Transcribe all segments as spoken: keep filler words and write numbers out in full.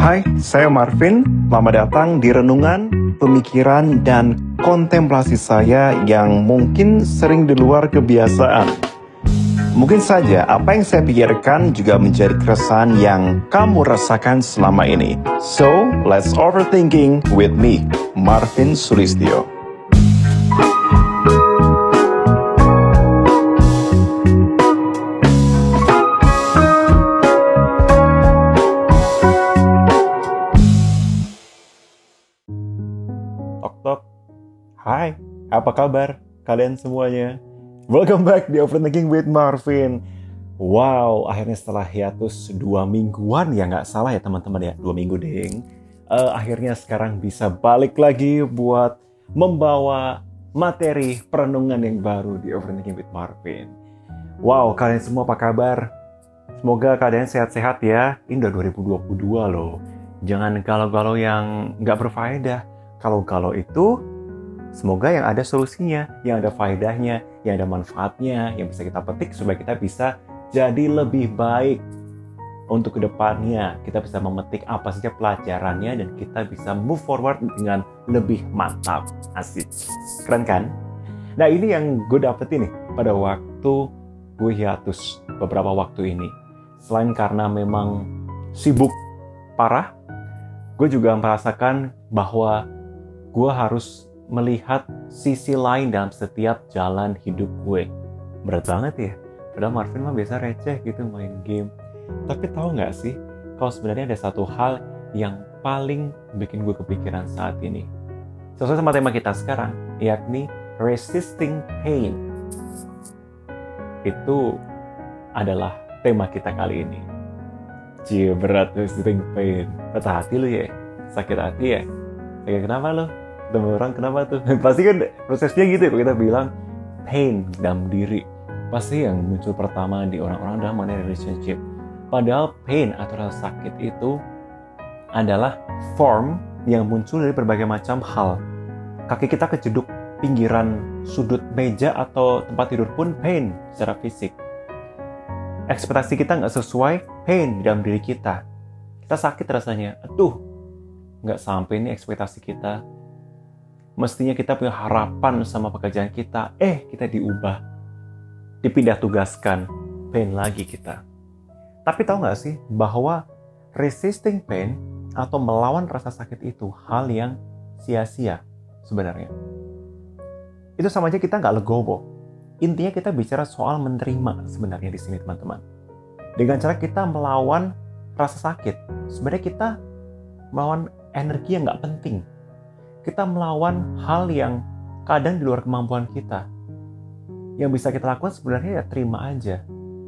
Hai, saya Marvin. Selamat datang di renungan, pemikiran, dan kontemplasi saya yang mungkin sering di luar kebiasaan. Mungkin saja apa yang saya pikirkan juga menjadi keresahan yang kamu rasakan selama ini. So, let's overthinking with me, Marvin Sulistyo. Tok-tok. Hai, apa kabar kalian semuanya? Welcome back di Overthinking with Marvin. Wow, akhirnya setelah hiatus dua mingguan ya, nggak salah ya teman-teman ya, dua minggu deng. Uh, akhirnya sekarang bisa balik lagi buat membawa materi perenungan yang baru di Overthinking with Marvin. Wow, kalian semua apa kabar? Semoga kalian sehat-sehat ya. Ini udah dua ribu dua puluh dua loh. Jangan galau-galau yang nggak berfaedah. Kalau-kalau itu, semoga yang ada solusinya, yang ada faedahnya, yang ada manfaatnya, yang bisa kita petik supaya kita bisa jadi lebih baik untuk kedepannya. Kita bisa memetik apa saja pelajarannya dan kita bisa move forward dengan lebih mantap. Asik. Keren kan? Nah, ini yang gue dapetin nih pada waktu gue hiatus beberapa waktu ini. Selain karena memang sibuk parah, gue juga merasakan bahwa gue harus melihat sisi lain dalam setiap jalan hidup gue. Berat banget ya. Padahal Marvin mah biasa receh gitu main game. Tapi tahu nggak sih, kalau sebenarnya ada satu hal yang paling bikin gue kepikiran saat ini. Sesuai sama tema kita sekarang, yakni resisting pain. Itu adalah tema kita kali ini. Cie, berat resisting pain. Patah hati lu ya? Sakit hati ya? Sakit kenapa lu? Ketemu orang kenapa tuh? Pasti kan prosesnya gitu ya, kalau kita bilang pain dalam diri. Pasti yang muncul pertama di orang-orang adalah mengenai relationship. Padahal pain atau rasa sakit itu adalah form yang muncul dari berbagai macam hal. Kaki kita kejeduk pinggiran sudut meja atau tempat tidur pun pain secara fisik. Ekspektasi kita nggak sesuai, pain di dalam diri kita. Kita sakit rasanya, aduh, nggak sampai nih ekspektasi kita. Mestinya kita punya harapan sama pekerjaan kita, eh kita diubah, dipindah tugaskan, pain lagi kita. Tapi tahu nggak sih bahwa resisting pain atau melawan rasa sakit itu hal yang sia-sia sebenarnya. Itu sama aja kita nggak legowo. Intinya kita bicara soal menerima sebenarnya di sini teman-teman. Dengan cara kita melawan rasa sakit, sebenarnya kita melawan energi yang nggak penting. Kita melawan hal yang kadang di luar kemampuan kita. Yang bisa kita lakukan sebenarnya ya terima aja.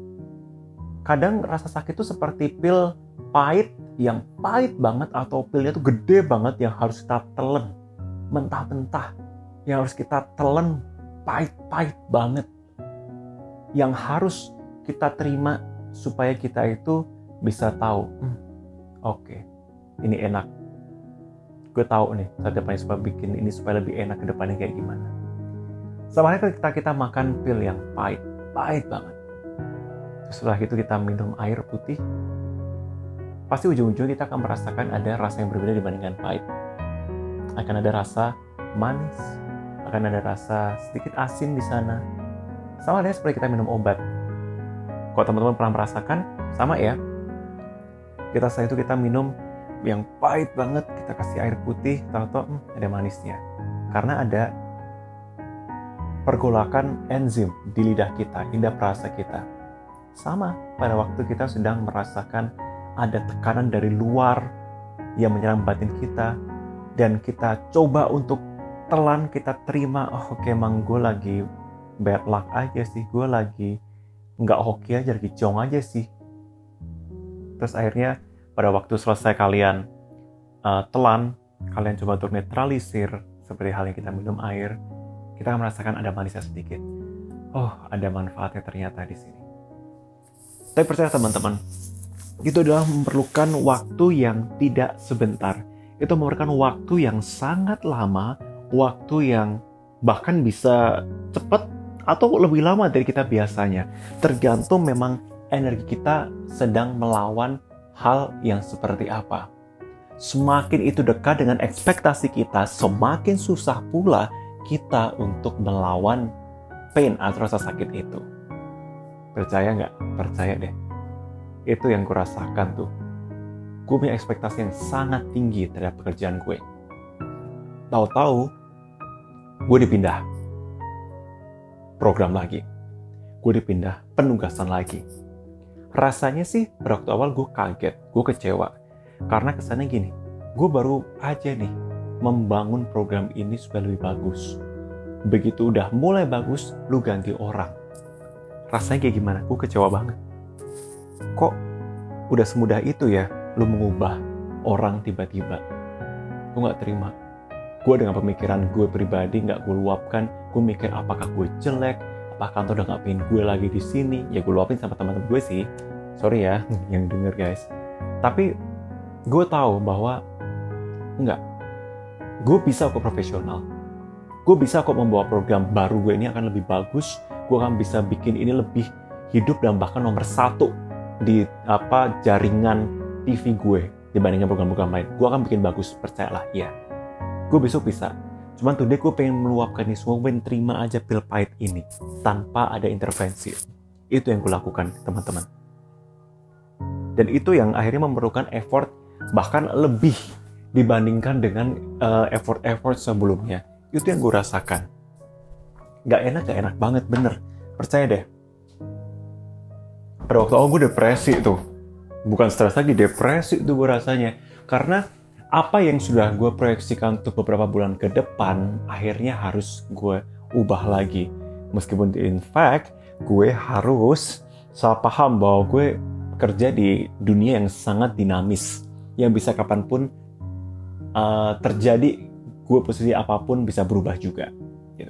Kadang rasa sakit itu seperti pil pahit yang pahit banget atau pilnya itu gede banget yang harus kita telan mentah-mentah. Yang harus kita telan pahit-pahit banget. Yang harus kita terima supaya kita itu bisa tahu, hmm, oke, okay, ini enak. Gue tahu nih, saat depannya supaya bikin ini supaya lebih enak ke depannya kayak gimana. Sama halnya kita, kita makan pil yang pahit, pahit banget. Setelah itu kita minum air putih, pasti ujung-ujungnya kita akan merasakan ada rasa yang berbeda dibandingkan pahit. Akan ada rasa manis, akan ada rasa sedikit asin di sana. Sama halnya seperti kita minum obat. Kalau teman-teman pernah merasakan, sama ya. Kita setelah itu kita minum yang pahit banget, kita kasih air putih, tahu-tahu hmm, ada manisnya. Karena ada pergolakan enzim di lidah kita, lidah perasa kita. Sama pada waktu kita sedang merasakan ada tekanan dari luar yang menyerang batin kita, dan kita coba untuk telan, kita terima, oh oke okay, emang gue lagi bad luck aja sih, gue lagi nggak hoki aja, lagi jong aja sih. Terus akhirnya pada waktu selesai kalian uh, telan, kalian coba untuk netralisir, seperti halnya kita minum air, kita akan merasakan ada manisnya sedikit. Oh, ada manfaatnya ternyata di sini. Tapi percaya teman-teman, itu adalah memerlukan waktu yang tidak sebentar. Itu memerlukan waktu yang sangat lama, waktu yang bahkan bisa cepat atau lebih lama dari kita biasanya. Tergantung memang energi kita sedang melawan hal yang seperti apa. semakin itu dekat dengan ekspektasi kita, semakin susah pula kita untuk melawan pain atau rasa sakit itu. Percaya nggak? Percaya deh. Itu yang gue rasakan tuh. Gue punya ekspektasi yang sangat tinggi terhadap pekerjaan gue. Tahu-tahu, gue dipindah program lagi. Gue dipindah penugasan lagi. Rasanya sih pada waktu awal gue kaget, gue kecewa. Karena kesannya gini, gue baru aja nih membangun program ini supaya lebih bagus. Begitu udah mulai bagus, lu ganti orang. Rasanya kayak gimana? Gue kecewa banget. Kok udah semudah itu ya lu mengubah orang tiba-tiba? Gue gak terima. Gue dengan pemikiran gue pribadi gak gue luapkan. Gue mikir apakah gue jelek, apakah kantor udah gak pengen gue lagi di sini. Ya gue luapin sama teman-teman gue sih. Sorry ya yang denger guys. Tapi gue tahu bahwa enggak. Gue bisa kok profesional. Gue bisa kok membawa program baru gue ini akan lebih bagus. Gue akan bisa bikin ini lebih hidup dan bahkan nomor satu di apa jaringan T V gue dibandingkan program-program lain. Gue akan bikin bagus, percayalah, ya. Gue besok bisa. Cuman today gue pengen meluapkan ini semua, gue pengen terima aja pil pahit ini tanpa ada intervensi. Itu yang gue lakukan, teman-teman. Dan itu yang akhirnya memerlukan effort bahkan lebih dibandingkan dengan uh, effort-effort sebelumnya. Itu yang gue rasakan. Gak enak, gak enak banget, bener. Percaya deh. Pada waktu awal gue depresi tuh. Bukan stres lagi, depresi tuh gue rasanya. Karena apa yang sudah gue proyeksikan untuk beberapa bulan ke depan, akhirnya harus gue ubah lagi. Meskipun in fact, gue harus salah paham bahwa gue kerja di dunia yang sangat dinamis. Yang bisa kapanpun uh, terjadi, gue posisi apapun bisa berubah juga. Gitu.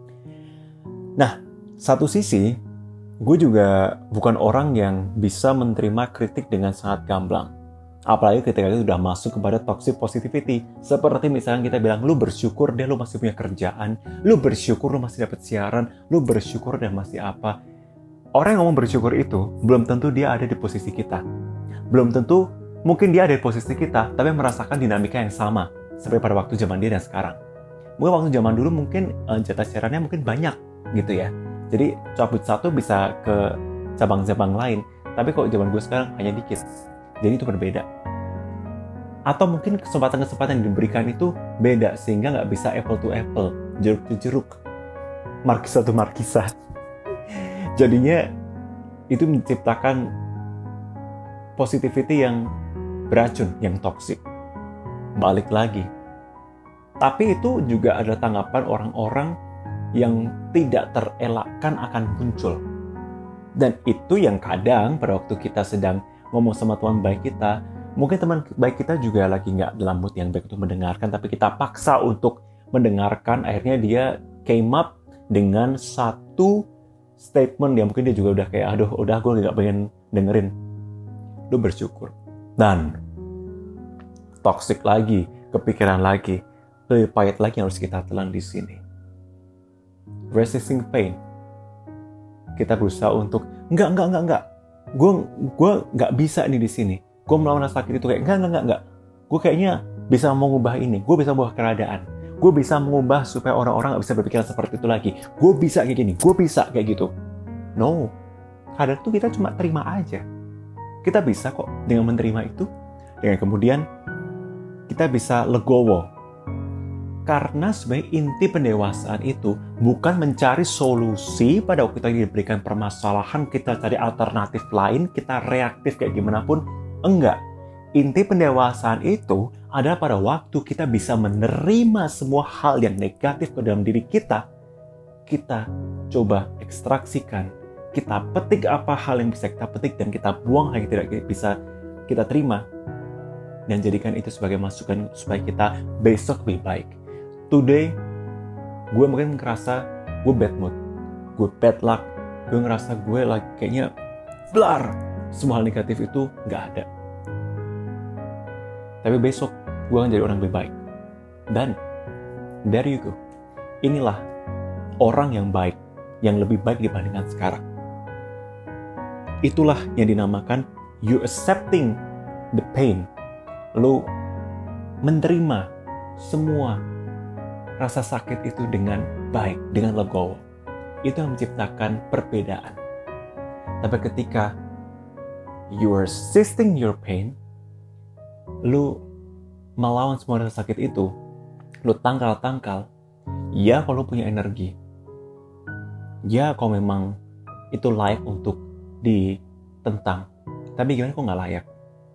Nah, satu sisi, gue juga bukan orang yang bisa menerima kritik dengan sangat gamblang. Apalagi ketika itu sudah masuk kepada toxic positivity. Seperti misalnya kita bilang, lu bersyukur deh lu masih punya kerjaan, lu bersyukur lu masih dapat siaran, lu bersyukur deh masih apa. Orang yang ngomong bersyukur itu, belum tentu dia ada di posisi kita. Belum tentu, mungkin dia ada di posisi kita, tapi merasakan dinamika yang sama. Seperti pada waktu zaman dia dan sekarang. Mungkin waktu zaman dulu mungkin uh, jatah siarannya mungkin banyak gitu ya. Jadi cabut satu bisa ke cabang-cabang lain. Tapi kok zaman gue sekarang hanya dikit. Jadi itu berbeda. Atau mungkin kesempatan-kesempatan yang diberikan itu beda. Sehingga nggak bisa apple to apple. Jeruk to jeruk. Markisa to markisa. Jadinya itu menciptakan positivity yang beracun, yang toksik. Balik lagi. Tapi itu juga ada tanggapan orang-orang yang tidak terelakkan akan muncul. Dan itu yang kadang pada waktu kita sedang ngomong sama teman baik kita, mungkin teman baik kita juga lagi nggak dalam mood yang baik untuk mendengarkan, tapi kita paksa untuk mendengarkan, akhirnya dia came up dengan satu statement yang mungkin dia juga udah kayak, aduh udah gue nggak pengen dengerin. Lu bersyukur. Dan toxic lagi, kepikiran lagi, lebih pahit lagi yang harus kita telan di sini. Resisting pain. Kita berusaha untuk enggak enggak enggak enggak. Gue gue enggak bisa nih di sini. Gue melawan rasa sakit itu kayak enggak enggak enggak enggak. Gue kayaknya bisa mengubah ini. Gue bisa mengubah keadaan. Gue bisa mengubah supaya orang-orang enggak bisa berpikiran seperti itu lagi. Gue bisa kayak gini. Gue bisa kayak gitu. No. Kadang tuh kita cuma terima aja. Kita bisa kok dengan menerima itu. Dengan kemudian kita bisa legowo. Karena sebenarnya inti pendewasaan itu bukan mencari solusi pada waktu kita diberikan permasalahan, kita cari alternatif lain, kita reaktif kayak gimana pun. Enggak. Inti pendewasaan itu adalah pada waktu kita bisa menerima semua hal yang negatif ke dalam diri kita, kita coba ekstraksikan, kita petik apa hal yang bisa kita petik dan kita buang hal yang tidak bisa kita terima, dan jadikan itu sebagai masukan supaya kita besok lebih baik. Today, gue mungkin ngerasa gue bad mood, gue bad luck, gue ngerasa gue lagi kayaknya blar, semua hal negatif itu nggak ada. Tapi besok, gue akan jadi orang lebih baik. Dan, there you go. Inilah orang yang baik, yang lebih baik dibandingkan sekarang. Itulah yang dinamakan you accepting the pain. Lu menerima semua rasa sakit itu dengan baik, dengan legowo. Itu yang menciptakan perbedaan. Tapi ketika you are resisting your pain, lu melawan semua rasa sakit itu, lu tangkal-tangkal, ya kalau punya energi, ya kalau memang itu layak untuk ditentang, tapi gimana kok nggak layak?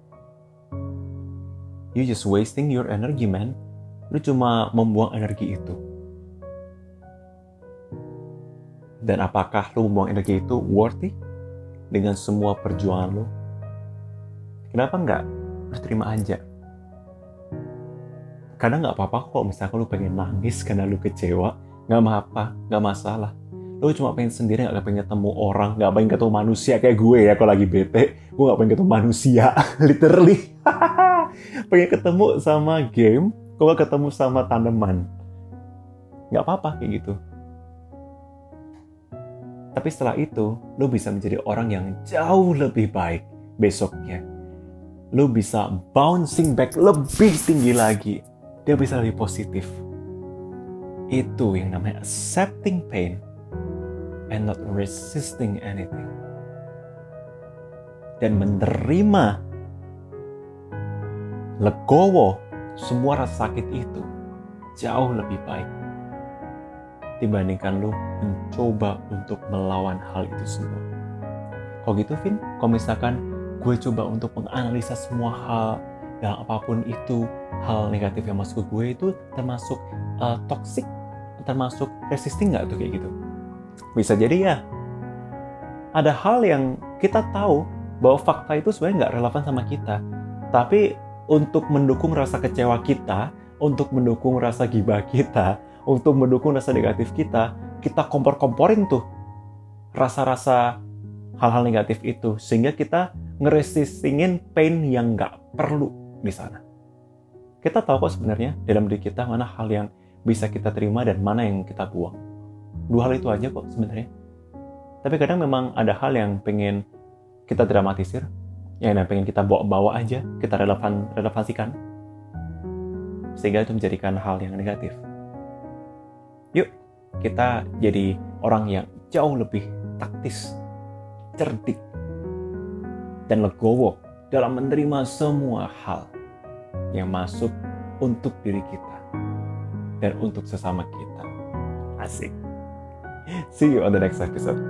You just wasting your energy, man. Lu cuma membuang energi itu. Dan apakah lu membuang energi itu worthy dengan semua perjuangan lu? Kenapa nggak berterima aja? Kadang nggak apa-apa kok misalkan lu pengen nangis karena lu kecewa, nggak apa-apa, nggak masalah. Lu cuma pengen sendiri, nggak pengen ketemu orang, nggak pengen ketemu manusia kayak gue ya. Kalau lagi bete, gue nggak pengen ketemu manusia, literally. Pengen ketemu sama game, gue nggak ketemu sama tanaman. Nggak apa-apa kayak gitu. Tapi setelah itu, lu bisa menjadi orang yang jauh lebih baik besoknya. Lu bisa bouncing back lebih tinggi lagi. Dia bisa lebih positif. Itu yang namanya accepting pain and not resisting anything. Dan menerima, legowo semua rasa sakit itu jauh lebih baik dibandingkan lu mencoba untuk melawan hal itu semua. Kalau gitu, Vin, kalau misalkan gue coba untuk menganalisa semua hal, yang apapun itu, hal negatif yang masuk ke gue itu termasuk uh, toxic, termasuk resisting nggak tuh kayak gitu? Bisa jadi ya. Ada hal yang kita tahu bahwa fakta itu sebenarnya nggak relevan sama kita, tapi untuk mendukung rasa kecewa kita, untuk mendukung rasa gibah kita, untuk mendukung rasa negatif kita, kita kompor-komporin tuh rasa-rasa hal-hal negatif itu, sehingga kita ngeresistingin pain yang nggak perlu di sana. Kita tahu kok sebenarnya dalam diri kita mana hal yang bisa kita terima dan mana yang kita buang. Dua hal itu aja kok sebenarnya. Tapi kadang memang ada hal yang pengen kita dramatisir, yang pengen kita bawa-bawa aja, kita relevan relevansikan, sehingga itu menjadikan hal yang negatif. Yuk, kita jadi orang yang jauh lebih taktis, cerdik, dan legowo dalam menerima semua hal yang masuk untuk diri kita dan untuk sesama kita. Asik. See you on the next episode.